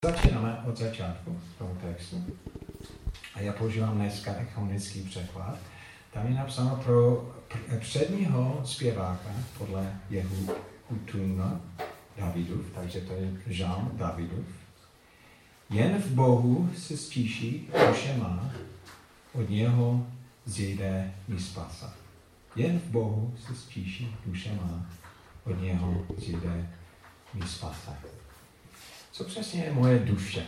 Začínáme od začátku toho textu. A já používám dneska ekumenický překlad. Tam je napsáno pro předního zpěváka podle Jehutuna Davidův, takže to je žálm Davidův. Jen v Bohu se stíší duše má, od něho zjde mi spasa. Jen v Bohu se stíší duše má, od něho zjde mi spasa. Co přesně je moje duše?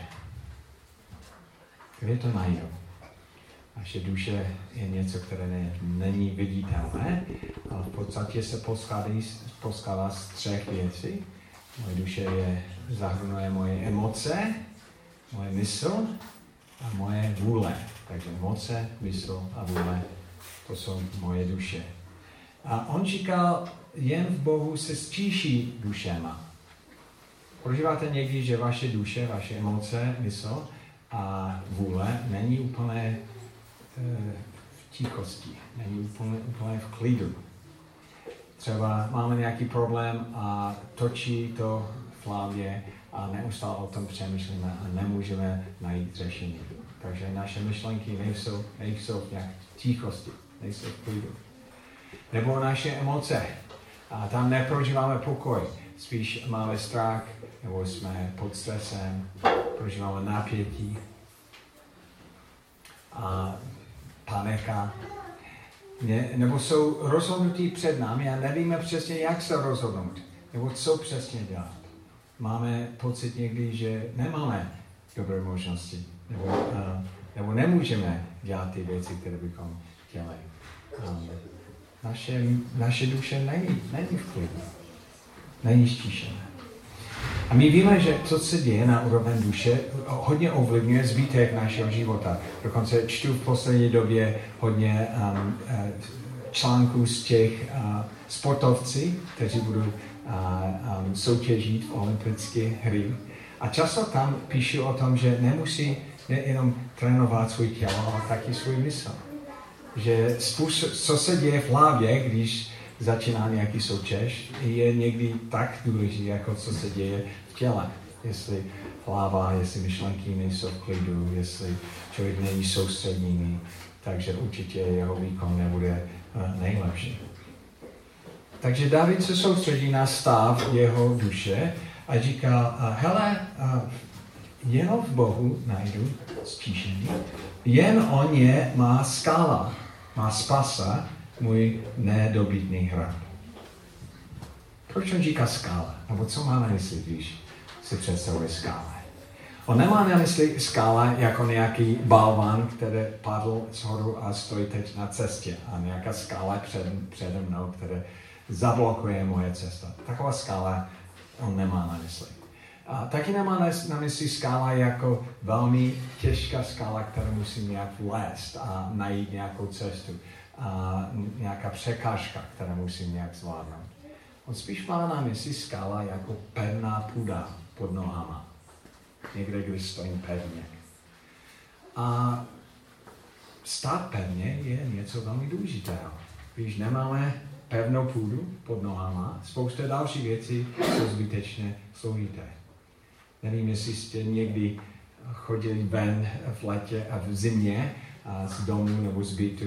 Kde to najdu? Naše duše je něco, které není viditelné, ale v podstatě se poskládá z třech věcí. Moje duše zahrnuje moje emoce, moje mysl a moje vůle. Takže emoce, mysl a vůle, to jsou moje duše. A on říkal, jen v Bohu se stíší dušema. Prožíváte někdy, že vaše duše, vaše emoce, mysl a vůle není úplně v tichosti, není úplně v klidu. Třeba máme nějaký problém a točí to v hlavě a neustále o tom přemýšlíme a nemůžeme najít řešení. Takže naše myšlenky nejsou v nějaké tichosti, nejsou v klidu. Nebo naše emoce. A tam neprožíváme pokoj. Spíš máme strach, nebo jsme pod stresem, prožíváme napětí a panika. Nebo jsou rozhodnutí před námi a nevíme přesně, jak se rozhodnout, nebo co přesně dělat. Máme pocit někdy, že nemáme dobré možnosti, nebo nemůžeme dělat ty věci, které bychom chtěli. Naše duše není v klidu. Není stíšené. A my víme, že co se děje na úroveň duše, hodně ovlivňuje zbytek našeho života. Dokonce čtu v poslední době hodně článků z těch sportovcí, kteří budou soutěžit v olympické hry. A často tam píšu o tom, že nemusí jenom trénovat svůj tělo, ale taky svůj mysl. Že co se děje v hlavě, když začíná nějaký soutěž, je někdy tak důležitý, jako co se děje v těle. Jestli hlava, jestli myšlenky nejsou v klidu, jestli člověk není soustředněný, takže určitě jeho výkon nebude nejlepší. Takže David se soustředí na stav jeho duše a říká, jenom v Bohu najdu stíšení, jen on je má skála, má spasa, můj nedobytný hrad. Proč on říká skála? Nebo co má na mysli, když si představuje skála? On nemá na mysli skála jako nějaký balvan, který padl z horu a stojí teď na cestě. A nějaká skála přede mnou, která zablokuje moje cesta. Taková skála on nemá na mysli. A taky nemá na mysli skála jako velmi těžká skála, kterou musím nějak vlézt a najít nějakou cestu. A nějaká překážka, která musím nějak zvládnout. On spíš má na mysli skála jako pevná půda pod nohama. Někde, kde stojím pevně. A stát pevně je něco velmi důležitého. Když nemáme pevnou půdu pod nohama, spousta dalších věcí jsou zbytečně složité. Nevím, jestli jste někdy chodili ven v létě a v zimě z domu nebo z bytu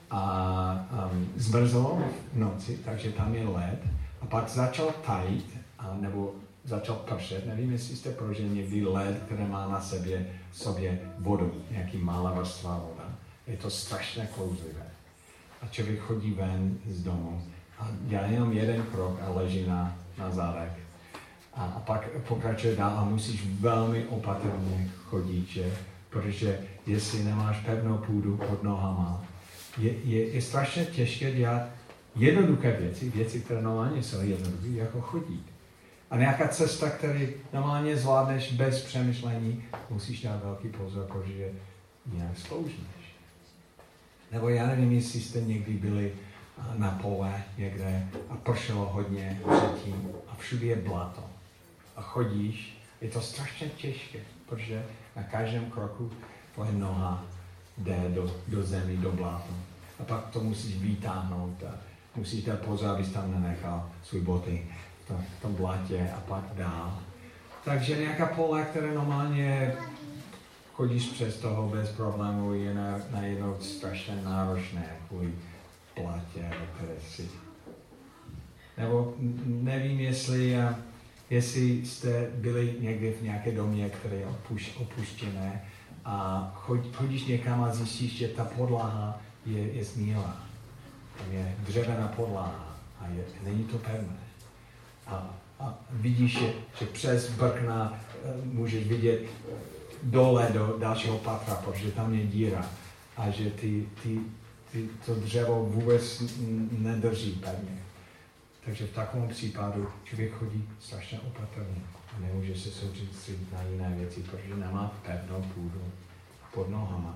a zmrzlo v noci, takže tam je led a pak začal tajit, nebo začal pršet. Nevím, jestli jste prožili někdy led, který má na sobě vodu, nějaký malá vrstva voda. Je to strašně klouzlivé. A člověk chodí ven z domu a dělá jenom jeden krok a leží na zádech. A pak pokračuje dál a musíš velmi opatrně chodit, že? Protože jestli nemáš pevnou půdu pod nohama, je strašně těžké dělat jednoduché věci, které normálně jsou jednoduché, jako chodit. A nějaká cesta, kterou normálně zvládneš bez přemýšlení, musíš dát velký pozor, protože nějak sklouzneš. Nebo já nevím, jestli jste někdy byli na pole někde a pršelo hodně předtím a všude je blato. A chodíš, je to strašně těžké, protože na každém kroku tvoje noha jde do zemi, do bláta. A pak to musíš vytáhnout a musíš dát pozor, abys tam nenechal svůj boty v tom blátě a pak dál. Takže nějaká pole, které normálně chodíš přes toho bez problémů, je najednou strašně náročné kvůli plátě, které si. Nebo nevím, jestli jste byli někdy v nějaké domě, které je opuštěné a chodíš někam a zjistíš, že ta podlaha je zmílá. Tam je dřevěná podlaha a není to pevné. A vidíš, že přes brkna můžeš vidět dole do dalšího patra, protože tam je díra. A že to dřevo vůbec nedrží pevně. Takže v takovém případu člověk chodí strašně opatrně a nemůže se soustředit na jiné věci, protože nemá pevnou půdu pod nohama.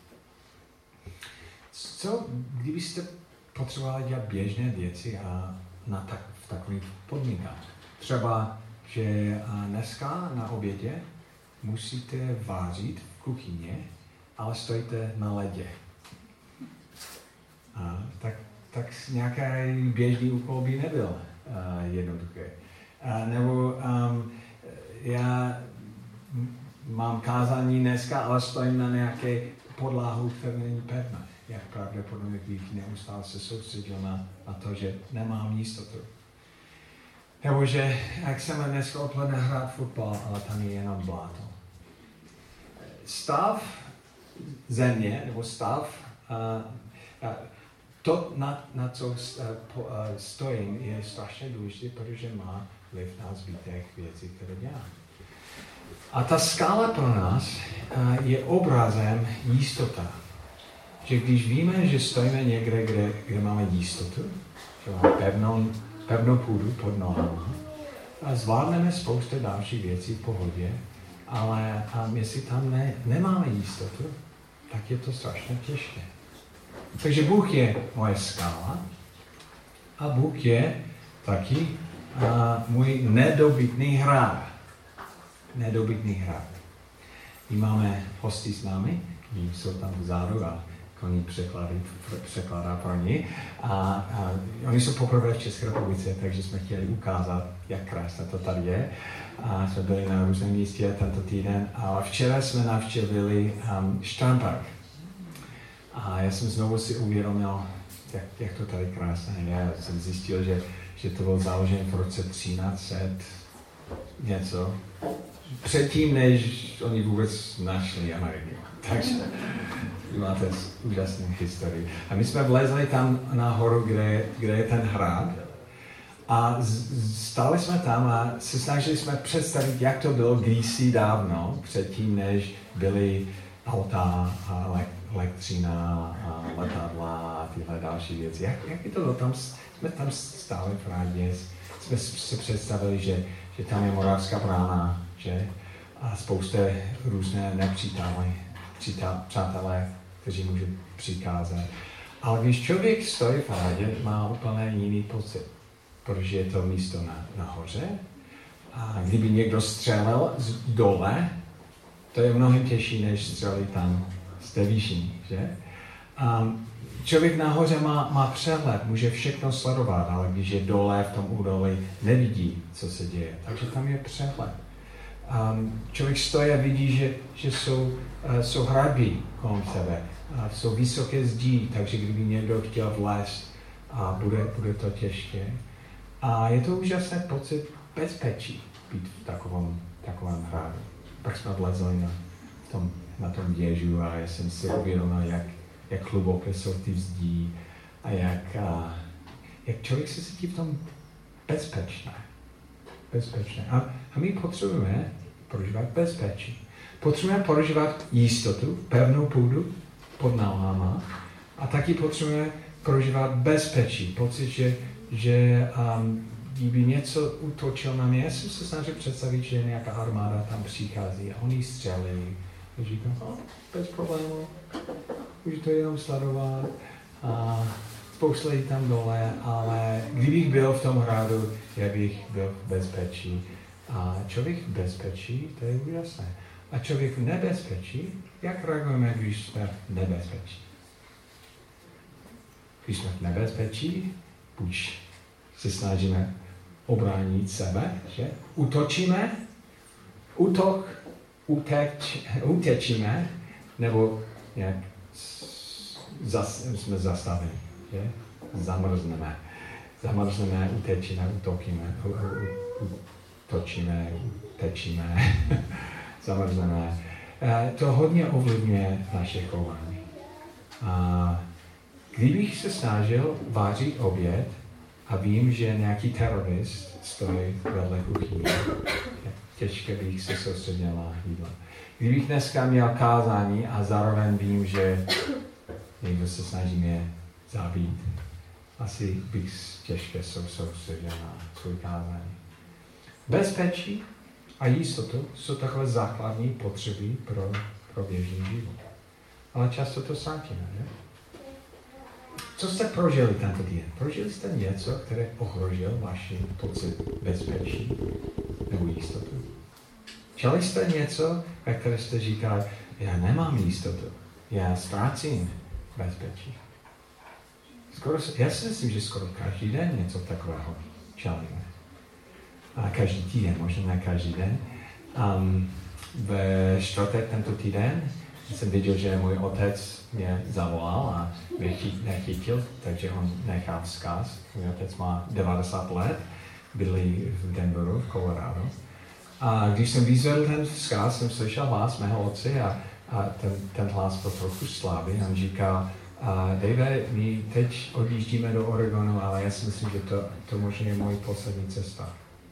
Co, kdybyste potřebovali dělat běžné věci a v takových podmínkách? Třeba, že dneska na obědě musíte vařit v kuchyni, ale stojíte na ledě. Tak nějaký běžný úkol by nebyl jednoduchý. Nebo já mám kázání dneska, ale stojím na nějaké podlahu, která není pevná. Jak pravděpodobně bych neustále se soustředil na to, že nemám jistotu. Nebo že jak jsem dneska odpoledne hrát fotbal, ale tam je jenom bláto. Stav země, nebo stav to, na co stojím, je strašně důležité, protože má vliv na zbytek věcí, které dělám. A ta skála pro nás je obrazem jistota. Že když víme, že stojíme někde, kde máme jistotu, že máme pevnou půdu pod nohama, a zvládneme spoustu dalších věcí v pohodě, ale jestli tam nemáme jistotu, tak je to strašně těžké. Takže Bůh je moje skála a Bůh je taky můj nedobytný hrad. Nedobytný hrad. My máme hosty s námi, jsou tam vzadu a koní překládá pro ně. A oni jsou poprvé v České republice, takže jsme chtěli ukázat, jak krásné to tady je. A jsme byli na různém místě tento týden. A včera jsme navštívili Strandpark. A já jsem znovu si uvědomil, jak to tady krásné je. Já jsem zjistil, že to byl založen v roce 1300 něco. Předtím, než oni vůbec našli Ameriku. Takže máte úžasnou historii. A my jsme vlezli tam nahoru, kde je ten hrad. A stáli jsme tam a se snažili jsme představit, jak to bylo kdysi dávno, předtím, než byly auta a elektřina a letadla a tyhle další věci. Jak je to bylo? Jsme tam stáli v rádě, jsme si představili, že tam je Moravská brána, že? A spousta různé přátelé, kteří můžou přikázat. Ale když člověk stojí v rádě, má úplně jiný pocit, protože je to místo nahoře. A kdyby někdo střelil dole, to je mnohem těžší, než střelit tam z té výšiny, že? Člověk nahoře má přehled, může všechno sledovat, ale když je dole v tom údolí, nevidí, co se děje. Takže tam je přehled. Člověk stojí a vidí, že jsou hradby kolem sebe, jsou vysoké zdi, takže kdyby někdo chtěl vlézt, bude to těžké. A je to úžasný pocit bezpečí být v takovém hradu. Pak jsme vlezli na tom věžu a já jsem si uvědomil, jak hluboké jsou ty zdí a jak člověk se cítí v tom bezpečné. A my potřebujeme prožívat bezpečí. Potřebujeme prožívat jistotu, pevnou půdu pod nohama a taky potřebujeme prožívat bezpečí. Pocit, že kdyby něco útočil na mě, já jsem se snažil představit, že nějaká armáda tam přichází a oni střelí. A říkám, bez problému, můžu to jenom sledovat a pošlej tam dole, ale kdybych byl v tom hradu, já bych byl v bezpečí. A člověk v bezpečí, to je úžasné. A člověk v nebezpečí, jak reagujeme, když jsme v nebezpečí? Když jsme v nebezpečí, buď se snažíme obránit sebe, že? Útočíme, utečíme, nebo nějak jsme zastaveni, že? Zamrzneme, utečíme, utopíme, utočíme, utečíme, zamrzneme. To hodně ovlivňuje naše chování. Kdybych se snažil vařit oběd a vím, že nějaký terorist stojí vedle kuchyně, těžké bych se soustředil na jídlo. Kdybych dneska měl kázání a zároveň vím, že někdo se snaží mě zabít, asi bych těžké soustředil na svůj kázání. Bezpečí a jistotu jsou takové základní potřeby pro běžný život. Ale často to ztratíme, ne? Co jste prožili tento den? Prožili jste něco, které ohrožil vaši pocit bezpečí nebo jistotu? Čeli jste něco, ve které jste říkali, já nemám jistotu, já ztrácím bezpečí. Já si myslím, že skoro každý den něco takového čelíme. A každý týden, možná ne každý den. Ve čtvrtek tento týden jsem viděl, že můj otec mě zavolal a nechytil, takže on nechal vzkaz. Můj otec má 90 let, bydlí v Denveru, v Colorado. A když jsem vyzvedl ten vzkaz, jsem slyšel hlas mého otce a ten hlas byl trochu slabý. On říkal, Dave, my teď odjíždíme do Oregonu, ale já si myslím, že to možná je moje poslední cesta.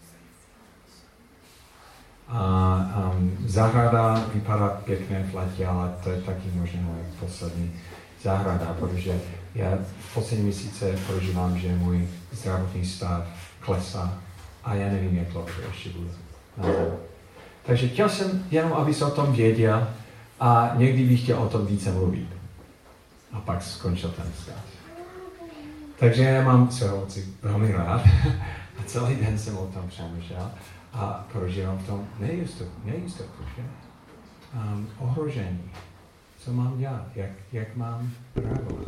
Zahrada vypadá pěkně v létě, ale to je taky možná moje poslední zahrada, protože já v poslední měsíce prožívám, že můj zdravotní stav klesá a já nevím, jak dlouho ještě budu. Takže chtěl jsem jenom, aby se o tom věděl a někdy bych chtěl o tom více mluvit. A pak skončil ten vzkaz. Takže já mám svého otce velmi rád a celý den jsem o tom přemýšlel a prožívám v tom nejistotu, že? Ohrožení. Co mám dělat? Jak mám reagovat?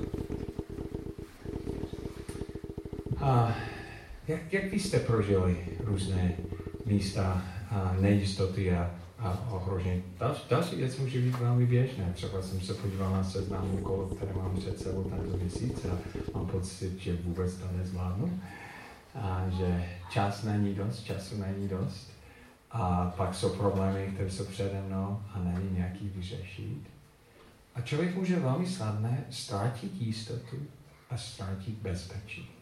Jak vy jste prožili různé místa nejistoty a ohrožení? Další věc může být velmi běžné. Třeba jsem se podíval na seznam úkolů, které mám před sebou tento měsíc a mám pocit, že vůbec to nezvládnu. A že času není dost. A pak jsou problémy, které jsou přede mnou a není nějaký vyřešit. A člověk může velmi snadně ztratit jistotu a ztratit bezpečí.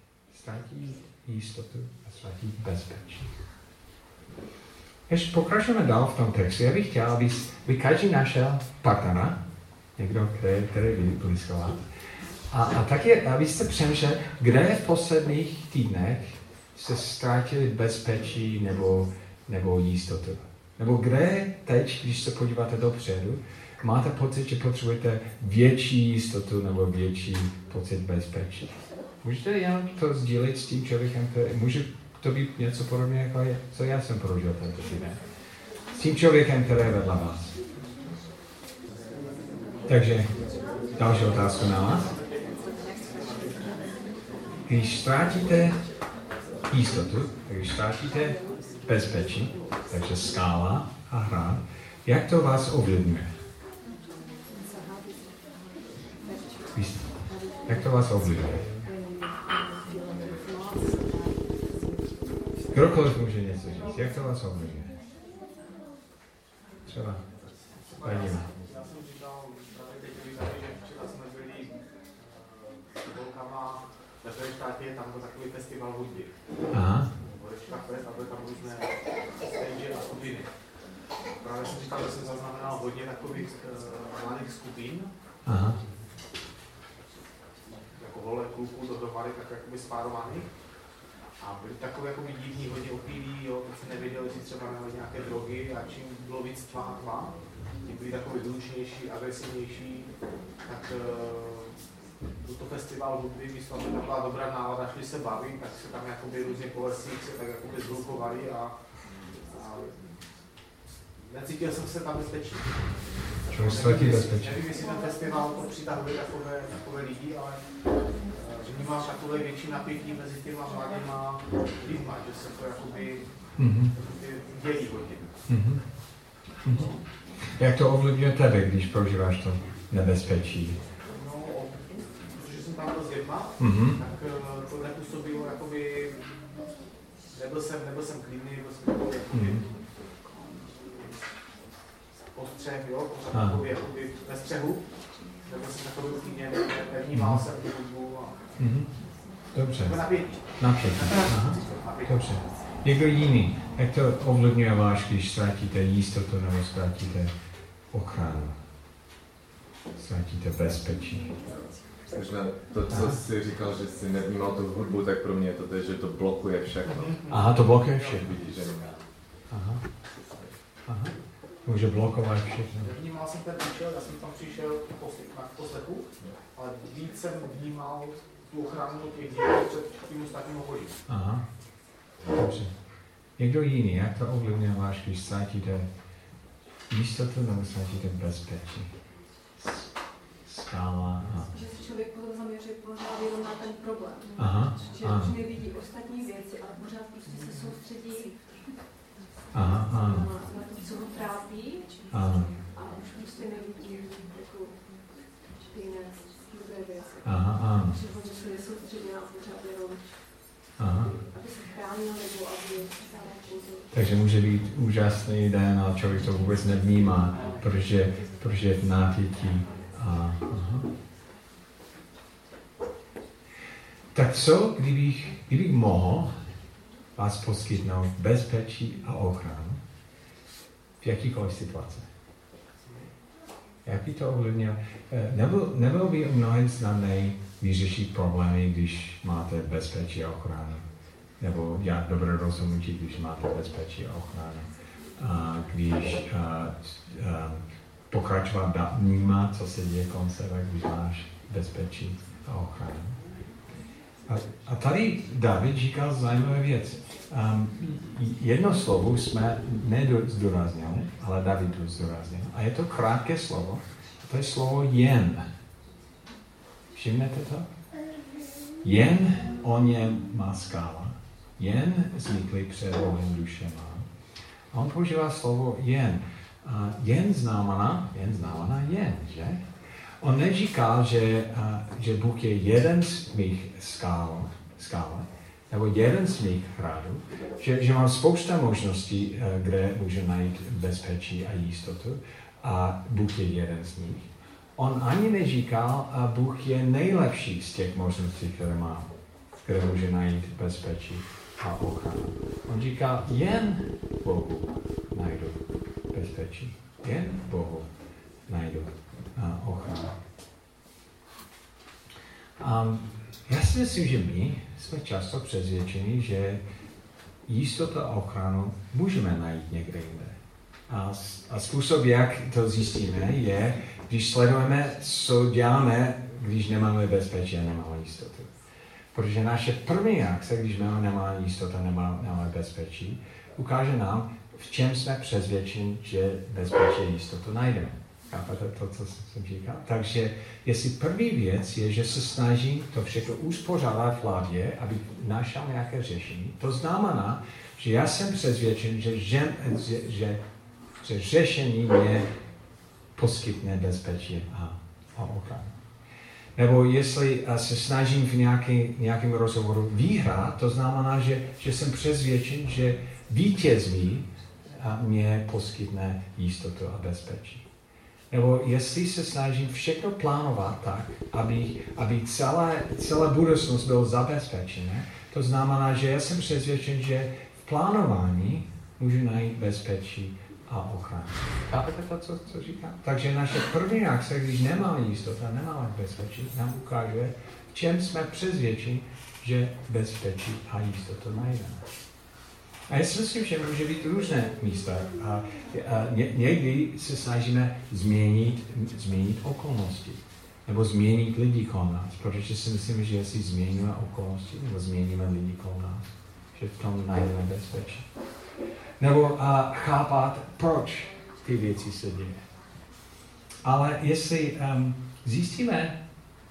Ještě pokračujeme dál v tom textu. Já bych chtěl, aby každý našel partnera, někdo, který blízko vás. A taky, abyste přemýšleli, kde v posledních týdnech se ztratili bezpečí nebo jistotu. Nebo kde teď, když se podíváte dopředu, máte pocit, že potřebujete větší jistotu nebo větší pocit bezpečí. Můžete jen to sdílet s tím člověkem, může to být něco podobně, jako co já jsem prožil tento týden. S tím člověkem, který je vedle vás. Takže další otázka na vás. Když ztrátíte jistotu, když ztrátíte bezpečí, takže skála a hrad, jak to vás ovlivňuje? Jak to vás ovlivňuje? Kdokoliv může něco říct. Jak to vás ovlivňuje? Třeba. Pajdeme. Já jsem říkal, že včera jsme byli s volkama ve Frenštátě, tam byl takový festival hudby. Aha. Horečka Fest a byly tam různé stage a skupiny. Právě jsem říkal, že jsem zaznamenal hodně takových mladých skupin. Aha. Jako holé kluků dohromady, tak jakoby spárovaných. A byli takové jakoby divní, hodně opilí, jo, teď se nevěděli, jestli třeba měli nějaké drogy a čím bylo víc tma a tma, ti byli takový zručnější, agresivnější, tak to festival hudby, myslím, že tam byla dobrá nálada, šli se bavit, tak se tam jakoby různě po lesích se tak jakoby zhlukovali a necítil jsem se tam bezpečný. Nevím, jestli ten festival to přitahuje takové lidi, ale vnímáš takové větší napětí mezi těma mladýma lidma, že se to jakoby dělí hodně. Jak to ovlivňuje tebe, když prožíváš to nebezpečí? No, protože jsem tam byl s dětma, tak to nepůsobilo jakoby, nebyl jsem klidný, byl jsem jakoby postřeh, jo, pořád jakoby ve střehu, nebyl jsem takový úplně, nevnímal jsem tu hudbu a... Dobře. Napětí. Aha. Dobře. Někdo jiný, jak to ovlivňuje vás, když ztratíte jistotu nebo ztratíte ochranu? Ztratíte bezpečí? Možná to, co jsi říkal, že jsi nevnímal tu hudbu, tak pro mě je to, že to blokuje všechno. Aha, to blokuje všechno. Vidíš, že nemá. Aha. Může blokovat všechno. Vnímal jsem ten účel, já jsem tam přišel k poslechu, ale víc jsem vnímal tu ochranu těch dětí před tím ostatním okolím. Aha. Dobře. Někdo jiný, jak to ovlivňuje vás, když ztratíte jistotu nebo ztratíte bezpečí? Skála. Že se člověk potom zaměří pořád jenom na ten problém. Že už nevidí ostatní věci, ale pořád prostě se soustředí na to, co ho trápí. A už prostě nevidí jako jiné dobré věci. Že hodně se nesoustředí na pořád jenom, aby se chránil nebo aby stále pozor. Takže může být úžasný den, ale člověk to vůbec nevnímá, protože je v napětí. Tak co, kdybych mohl vás poskytnout bezpečí a ochranu v jakýkoliv situaci? Jak by to ovlivnilo? Nebylo by mnohem snadněji vyřešit problémy, když máte bezpečí a ochranu? Nebo dělat dobré rozhodnutí, když máte bezpečí a ochranu? Když pokračovat vnímat, co se děje kolem sebe, když máš bezpečí a ochranu. A tady David říkal zajímavé věc. Jedno slovo jsme nezdůraznili, ale David to zdůraznil. A je to krátké slovo. To je slovo jen. Všimnete to? Jen o něm má skála. Jen zniklý před Bohem duše má. A on používá slovo jen. Jen znamená jen, že? On neříkal, že Bůh je jeden z mých skál, nebo jeden z mých hradů, že mám spousta možností, kde můžu najít bezpečí a jistotu a Bůh je jeden z nich. On ani neříkal, Bůh je nejlepší z těch možností, které mám, kde může najít bezpečí a ochranu. On říkal, jen Bohu najdu bezpečí. Jen Bohu najdu ochranu. Já si myslím, že my jsme často přesvědčeni, že jistotu a ochranu můžeme najít někde jinde. A způsob, jak to zjistíme, je, když sledujeme, co děláme, když nemáme bezpečí a nemáme jistotu. Protože naše první reakce, když nemáme jistotu a nemáme bezpečí, ukáže nám, v čem jsme přesvědčeni, že bezpečí a jistotu najdeme. Chápete to, co jsem říkal? Takže jestli první věc je, že se snažím to všechno uspořádat v hlavě, aby našel nějaké řešení, to znamená, že já jsem přesvědčen, že řešení mě poskytne bezpečí a ochranu. Nebo jestli se snažím v nějakém rozhovoru vyhrát, to znamená, že jsem přesvědčen, že vítězství mě poskytne jistotu a bezpečí. Nebo jestli se snažím všechno plánovat tak, aby celá budoucnost byla zabezpečena, to znamená, že já jsem přesvědčen, že v plánování můžu najít bezpečí a ochranu. Chápete to, co říkám? Takže naše první reakce, když nemáme jistotu a nemáme bezpečí, nám ukáže, v čem jsme přesvědčeni, že bezpečí a jistotu najdeme. A já si myslím, že může být různé místa. Někdy se snažíme změnit okolnosti. Nebo změnit lidi kolem nás. Protože si myslím, že jestli změníme okolnosti, nebo změníme lidi kolem nás, že v tom najdeme bezpečí. Nebo chápat, proč ty věci se dějí. Ale jestli zjistíme,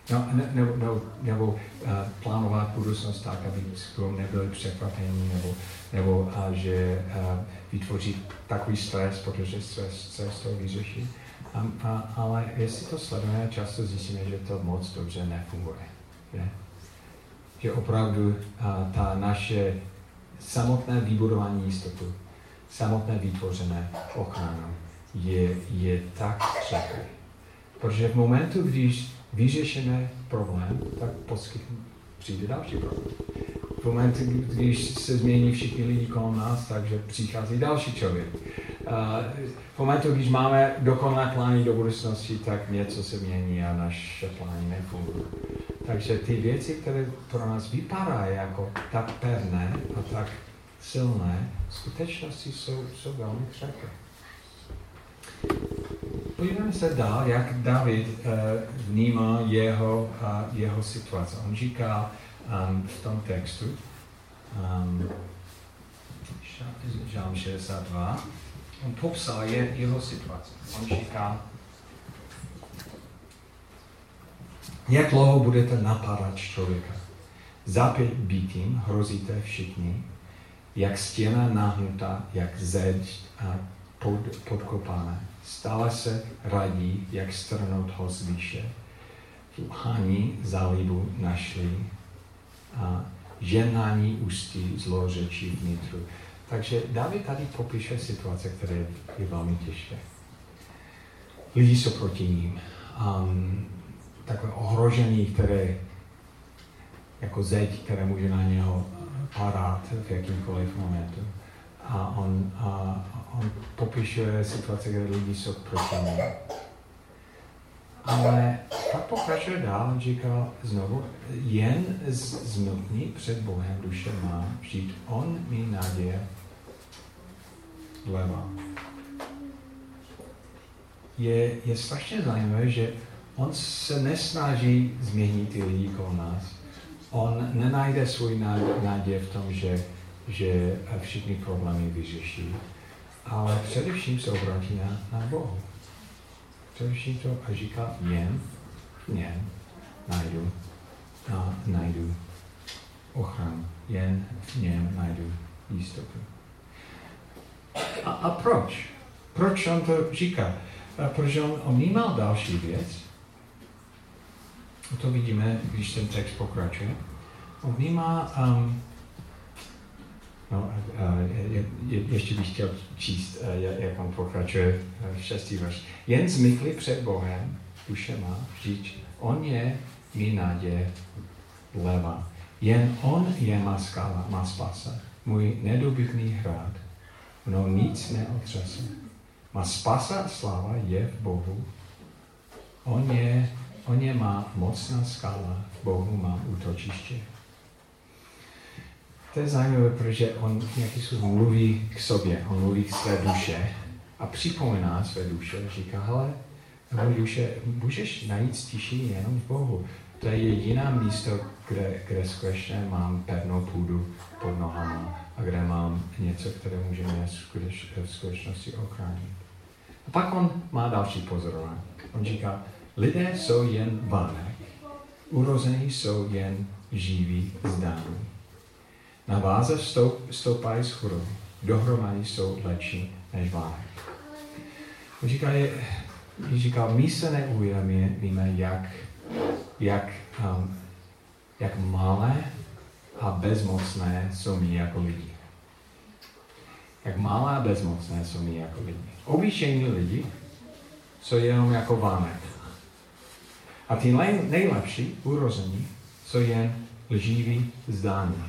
nebo plánovat budoucnost tak, aby nebyli překvapení, nebo že vytvoří takový stres, protože stres to vyřeší. Ale jestli to sledujeme, často zjistíme, že to moc dobře nefunguje. Ne? Že opravdu ta naše samotné vybudování jistotu, samotné vytvořené ochranu je tak křehké. Protože v momentu, když vyřešíme problém, tak přijde další problém. V momentu, když se změní všichni lidi kolem nás, takže přichází další člověk. V momentu, když máme dokonalé plány do budoucnosti, tak něco se mění a naše plány nefungují. Takže ty věci, které pro nás vypadají jako tak pevné a tak silné, v skutečnosti jsou velmi křehké. Podíváme se dál, jak David vnímá jeho situaci. On říká v tom textu, Žálm 62, on popsal jeho situaci. On říká, jak dlouho budete napadat člověka? Zápět býtím hrozíte všichni, jak stěna nahnutá, jak zeď a podkopané. Stále se radí, jak strhnout ho z výše. V lhaní zálibu našli a ženání ústí zlořečí vnitru. Takže David tady popíše situace, které je velmi těžké. Lidi jsou proti ním. Takové ohrožení, které jako zeď, které může na něho padat v jakýmkoliv momentu. A on popíše situace, kde lidi jsou proti němu. Ale pak pokračuje dál, on říká znovu, jen zmlkni před Bohem duše má, vždyť on mi naděje vleva. Je strašně zajímavé, že on se nesnaží změnit ty lidi kolem nás. On nenajde svůj naděje v tom, že všichni problémy vyřeší, ale především se obrátí na Bohu. Především to a říká, jen v něm najdu ochranu. Jen v něm najdu jistotu. A proč? Proč on to říká? Protože on vnímal další věc. To vidíme, když ten text pokračuje. On vnímá, ještě bych chtěl číst, jak on pokračuje v 6. verši. Jen zmykli před Bohem, duše má, vždyť on je mi naděje leva. Jen on je má skala, má spasa. Můj nedobytný hrad, mnou nic neotřese. Má spasa a sláva je v Bohu. On je má mocná skala, v Bohu má útočiště. To je zajímavé, protože on nějaký způsob mluví k sobě, on mluví k své duše a připomíná své duše. Říká, hele, můj duše, můžeš najít stišení jenom v Bohu. To je jediné místo, kde skutečně mám pevnou půdu pod nohama a kde mám něco, které může mě v skutečnosti ochránit. A pak on má další pozorování. On říká, lidé jsou jen vánek, urození jsou jen živí zdání. Na váze stoupají z choroby, dohromady jsou lepší než vánek. On říká, my se neuvědomíme, jak malé a bezmocné jsou my jako lidi. Jak malé a bezmocné jsou my jako lidi. Obyčejní lidi jsou jenom jako vánek. A ty nejlepší urození jsou jen lživý zdání.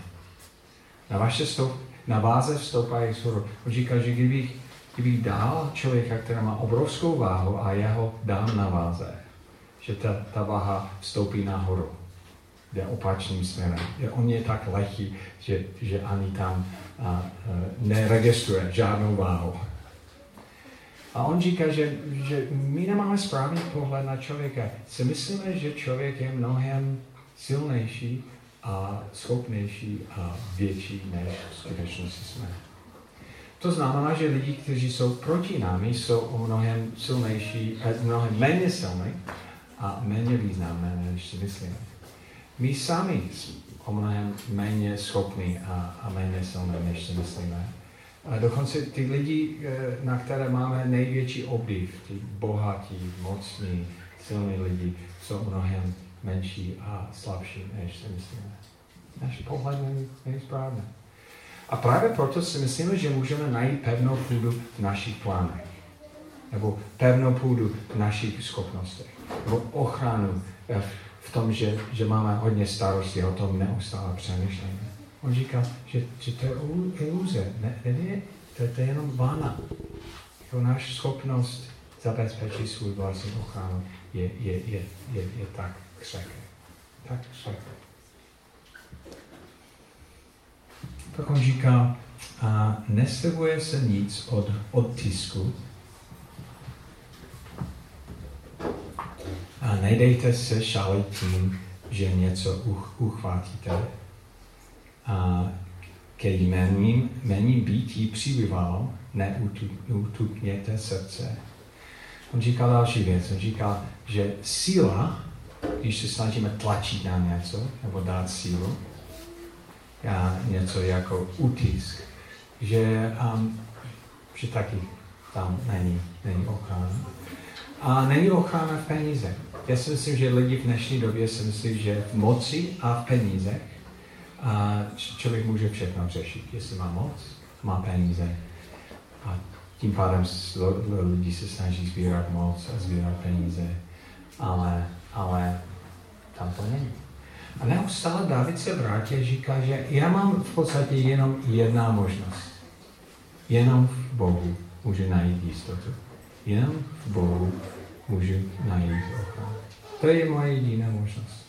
Na váze vstoupají shůru. On říká, že kdybych dal člověka, který má obrovskou váhu a já ho dám na váze, že ta váha vstoupí nahoru. Jde opačným směrem. On je tak lehký, že ani tam neregistruje žádnou váhu. A on říká, že my nemáme správný pohled na člověka. Si myslíme, že člověk je mnohem silnější a schopnější a větší, než v skutečnosti jsme. To znamená, že lidi, kteří jsou proti námi, jsou mnohem silnější, mnohem méně silní a méně významné, než si myslíme. My sami o mnohem méně schopní a méně silné, než si myslíme. A dokonce ty lidi, na které máme největší obliv, ty bohatí, mocní, silní lidi, jsou mnohem menší a slabší, než si myslíme. Náš pohled není správný. A právě proto si myslíme, že můžeme najít pevnou půdu v našich plánech. Nebo pevnou půdu v našich schopnostech. Nebo ochranu v tom, že máme hodně starostí, o tom neustále přemýšlíme. On říká, že to je iluze, to je jenom vána. Naše schopnost zabezpečit svůj vlastní ochranu je tak křehké. Tak křehké. Tak on říká, neslibuje se nic od odtisku a nedejte se šalit tím, že něco uchvátíte. A ke jméním býtí přibývalo, neutupněte srdce. On říká další věc. On říká, že síla, když se snažíme tlačit na něco, nebo dát sílu, a něco jako utisk, že taky tam není ochrana. A není ochrana v peníze. Já si myslím, že lidi v dnešní době si myslí, že v moci a v penízech člověk může všechno řešit. Jestli má moc, má peníze. A tím pádem lidi se snaží sbírat moc a sbírat peníze. Ale tam to není. A neustále David se vrátí a říká, že já mám v podstatě jenom jedna možnost. Jenom v Bohu můžu najít jistotu. Jenom v Bohu můžu najít ochranu. To je moje jediná možnost.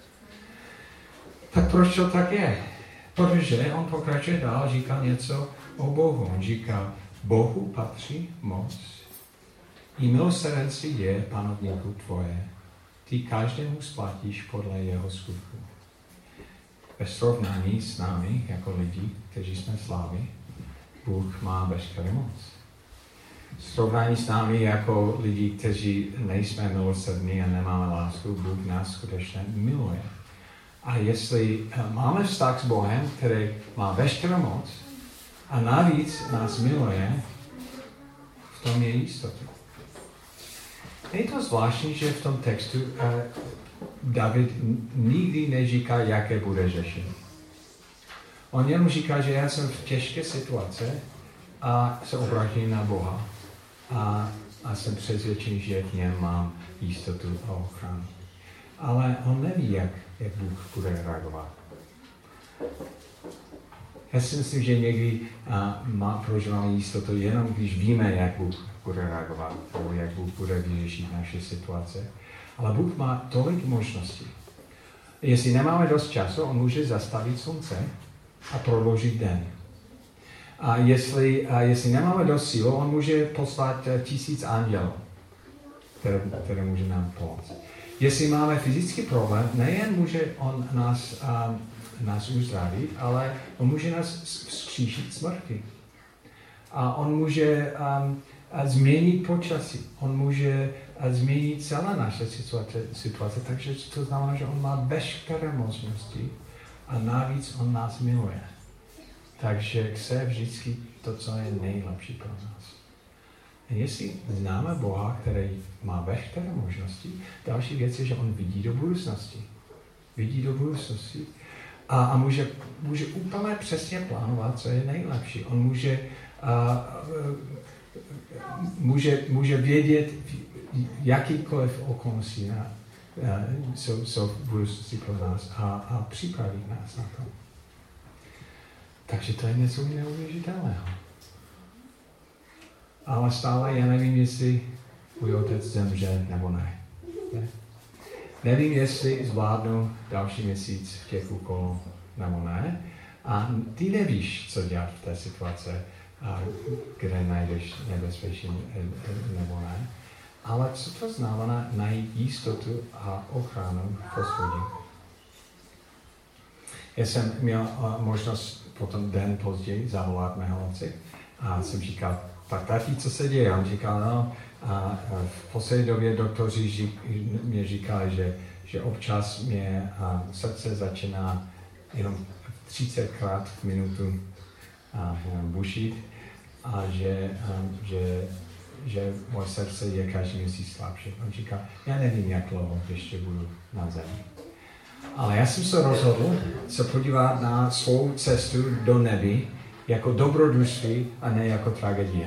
Tak proč to tak je? Protože on pokračuje dál, říká něco o Bohu. On říká, Bohu patří moc. I milosrdenství je, panovníku tvoje. Ty každému splatíš podle jeho skutku. Ve srovnání s námi, jako lidi, kteří jsme slabí, Bůh má veškerou moc. V srovnání s námi, jako lidi, kteří nejsme milosrdní a nemáme lásku, Bůh nás skutečně miluje. A jestli máme vztah s Bohem, který má veškerou moc a navíc nás miluje, v tom je jistota. Je to zvláštní, že v tom textu David nikdy neříká, jaké bude řešení. On jenom říká, že já jsem v těžké situaci a se obrátím na Boha. A jsem přesvědčený, že v něm mám jistotu a ochranu. Ale on neví, jak Bůh bude reagovat. Já si myslím, že někdy prožíváme jistotu jenom, když víme, jak Bůh bude reagovat, nebo jak Bůh bude vyřešit naše situace. Ale Bůh má tolik možností. Jestli nemáme dost času, on může zastavit slunce a prodloužit den. A jestli nemáme dost sílu, on může poslat 1000 andělů, které může nám pomoct. Jestli máme fyzický problém, nejen může on nás uzdravit, ale on může nás vzkříšit smrti. A on může změnit počasí. On může změnit celé naše situace. Takže to znamená, že on má veškeré možnosti a navíc on nás miluje. Takže chce vždycky to, co je nejlepší pro nás. A jestli známe Boha, který má veškeré možnosti, další věc je, že on vidí do budoucnosti. Vidí do budoucnosti a může úplně přesně plánovat, co je nejlepší. On může vědět, jakýkoliv okolnosti jsou v budoucnosti pro nás a připraví nás na to. Takže to je něco neuvěřitelného. Ale stále já nevím, jestli můj otec zemře nebo ne. Nevím, jestli zvládnu další měsíc v těch úkolů nebo ne. A ty nevíš, co dělat v té situaci, kde najdeš nebezpečí nebo ne. Ale co to znamená najít jistotu a ochranu v Hospodinu? Já jsem měl možnost potom den později zavolat mého otce a jsem říkal, tak taky, co se děje? On říkal, no, a v poslední době doktoři mě říkali, že občas mě srdce začíná jenom 30krát v minutu bušit a že moje srdce je každý měsíc slabší. On říká, já nevím, jak dlouho ještě budu na zemi. Ale já jsem se rozhodl se podívat na svou cestu do nebi jako dobrodružství a ne jako tragédie.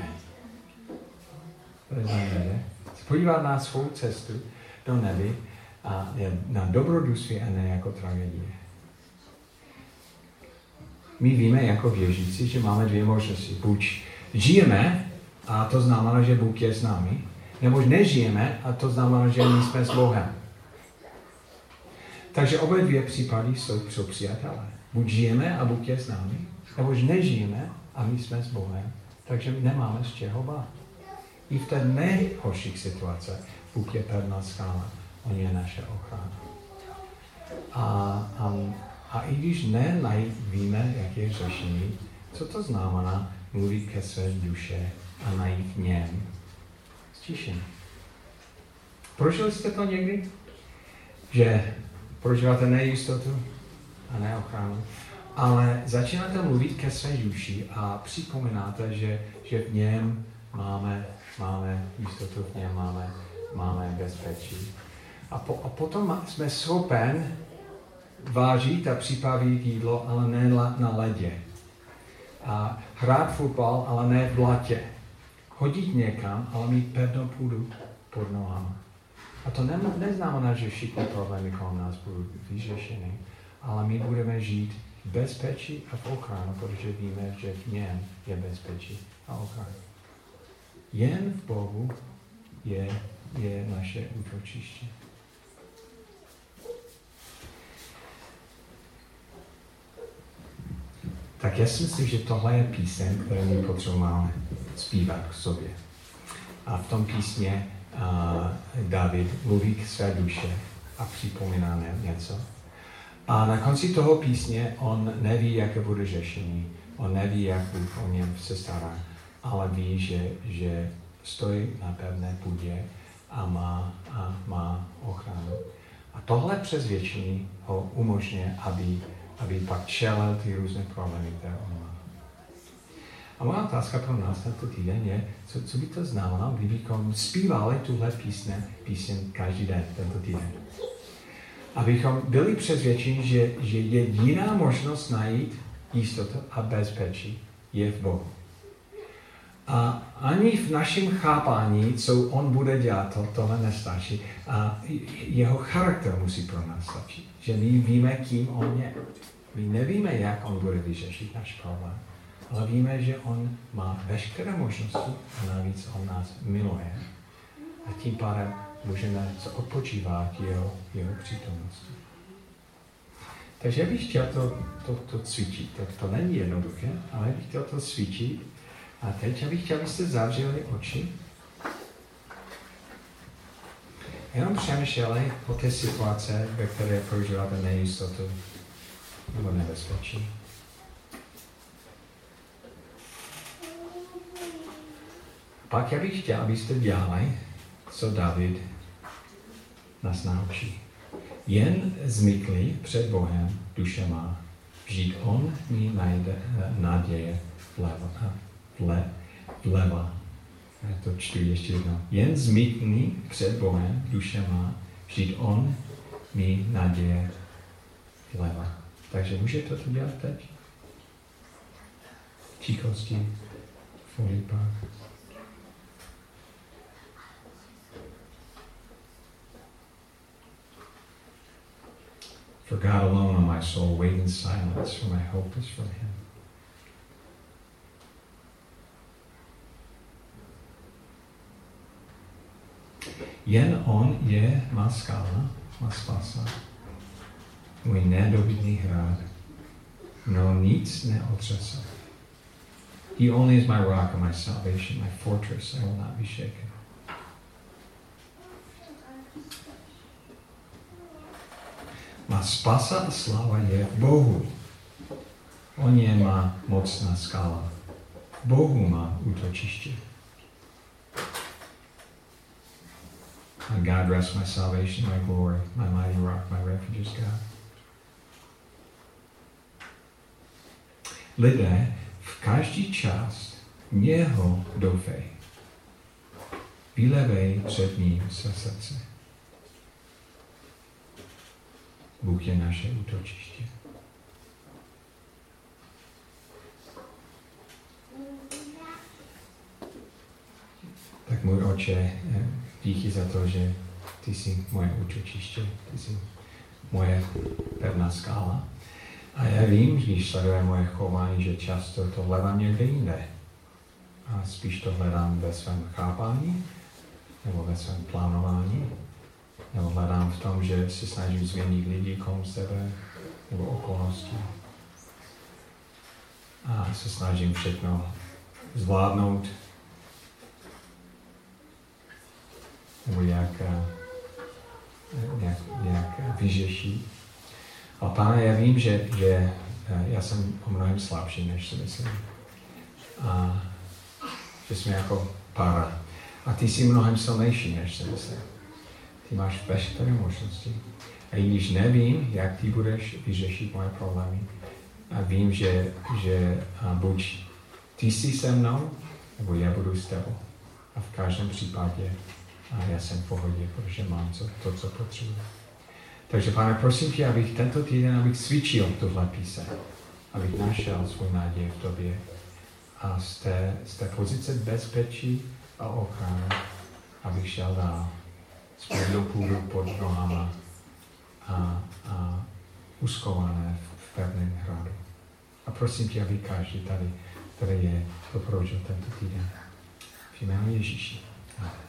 To je zajímavé. Se podívat na svou cestu do nebi a na dobrodružství a ne jako tragédie. My víme jako věřící, že máme dvě možnosti. Buď žijeme a to znamená, že Bůh je s námi, nebo nežijeme a to znamená, že my jsme s Bohem. Takže obě dvě případy jsou přátelé. Buď žijeme a Bůh je s námi, nebo nežijeme a my jsme s Bohem. Takže nemáme z čeho bát. I v té nejhorších situacích Bůh je pevná skála. On je naše ochrana. A i když nevíme, jaké je řešení, co to znamená mluvit ke své duše a najít v něm stišení. Prožili jste to někdy? Že prožíváte nejistotu a neochranu, ale začínáte mluvit ke své duši a připomínáte, že v něm máme jistotu, v něm máme bezpečí. A potom jsme schopen vážit a připravit jídlo, ale ne na ledě. A hrát fotbal, ale ne v blatě. Chodit někam, ale mít pevnou půdu pod nohama. A to neznamená, že všichni problémy kolem nás budou vyřešeny, ale my budeme žít v bezpečí a v ochraně, protože víme, že v něm je bezpečí a ochrana. Jen v Bohu je naše útočiště. Tak já si myslím, že tohle je píseň, které my potřebujeme zpívat k sobě. A v tom písně David mluví k své duše a připomíná něco. A na konci toho písně on neví, jaké bude řešení. On neví, jak Bůh o něm se stará, ale ví, že stojí na pevné půdě a má ochranu. A tohle přesvědčení ho umožňuje, aby pak čelil ty různé problémy, které on má. A moja otázka pro nás tento týden je, co by to znamenalo, kdybychom zpívali tuhle píseň každý den tento týden. Abychom byli přesvědčeni, že jediná možnost najít jistotu a bezpečí je v Bohu. A ani v našem chápání, co on bude dělat, tohle nestačí. A jeho charakter musí pro nás stačit. Že my víme, kým on je. My nevíme, jak on bude vyřešit náš problém. Ale víme, že on má veškeré možnosti a navíc on nás miluje. A tím pádem můžeme se odpočívat jeho přítomnosti. Takže já bych chtěl to cvičit. To není jednoduché, ale bych chtěl to cvičit. A teď já bych chtěl, abyste zavřeli oči. Jenom přemýšleli o té situace, ve které prožíváte nejistotu nebo nebezpečí. Pak já bych chtěl, abyste dělali, co David nás naučí. Jen zmykli před Bohem duše má, vždyť on mi najde naděje vleva. Já to čtu ještě jednou. Jen zmykni před Bohem duše má, vždyť on mi naděje vleva. Takže můžete to dělat teď? Tichosti, v ulipách. For God alone, O my soul, wait in silence, for my hope is from Him. Jen on je má skála, má spása, můj nedobytný hrad, mnou nic neotřese. He only is my rock and my salvation, my fortress, I will not be shaken. Má spása a sláva je v Bohu. On je má mocná skála. V Bohu má útočiště. And God rest my salvation, my glory, my mighty rock, my refuge is God. Lidé v každý čas něho doufej. Vylevej před ním se srdce. Bůh je naše útočiště. Tak můj Otče, díky za to, že ty jsi moje útočiště, ty jsi moje pevná skála. A já vím, když sleduje moje chování, že často to hledám někde jinde. A spíš to hledám ve svém chápání, nebo ve svém plánování, nebo hledám v tom, že se snažím změnit lidi kolem sebe, nebo okolnosti. A se snažím všechno zvládnout, nebo nějak vyřešit. A Pane, já vím, že já jsem mnohem slabší, než si myslím. A že jsme jako para. A ty jsi mnohem silnější, než si myslím. Ty máš veškeré možnosti. A i když nevím, jak ty budeš vyřešit moje problémy, a vím, že buď ty jsi se mnou, nebo já budu s tebou. A v každém případě já jsem v pohodě, protože mám to, co potřebuji. Takže, Pane, prosím tě, abych tento týden cvičil tuhle píseň, abych našel svou naději v tobě a z té pozice bezpečí a ochrany, abych šel dál s pevnou půdou pod nohama a uskované v pevném hradu. A prosím tě, aby každý tady je, to prožil tento týden. V jménu Ježíši. Amen.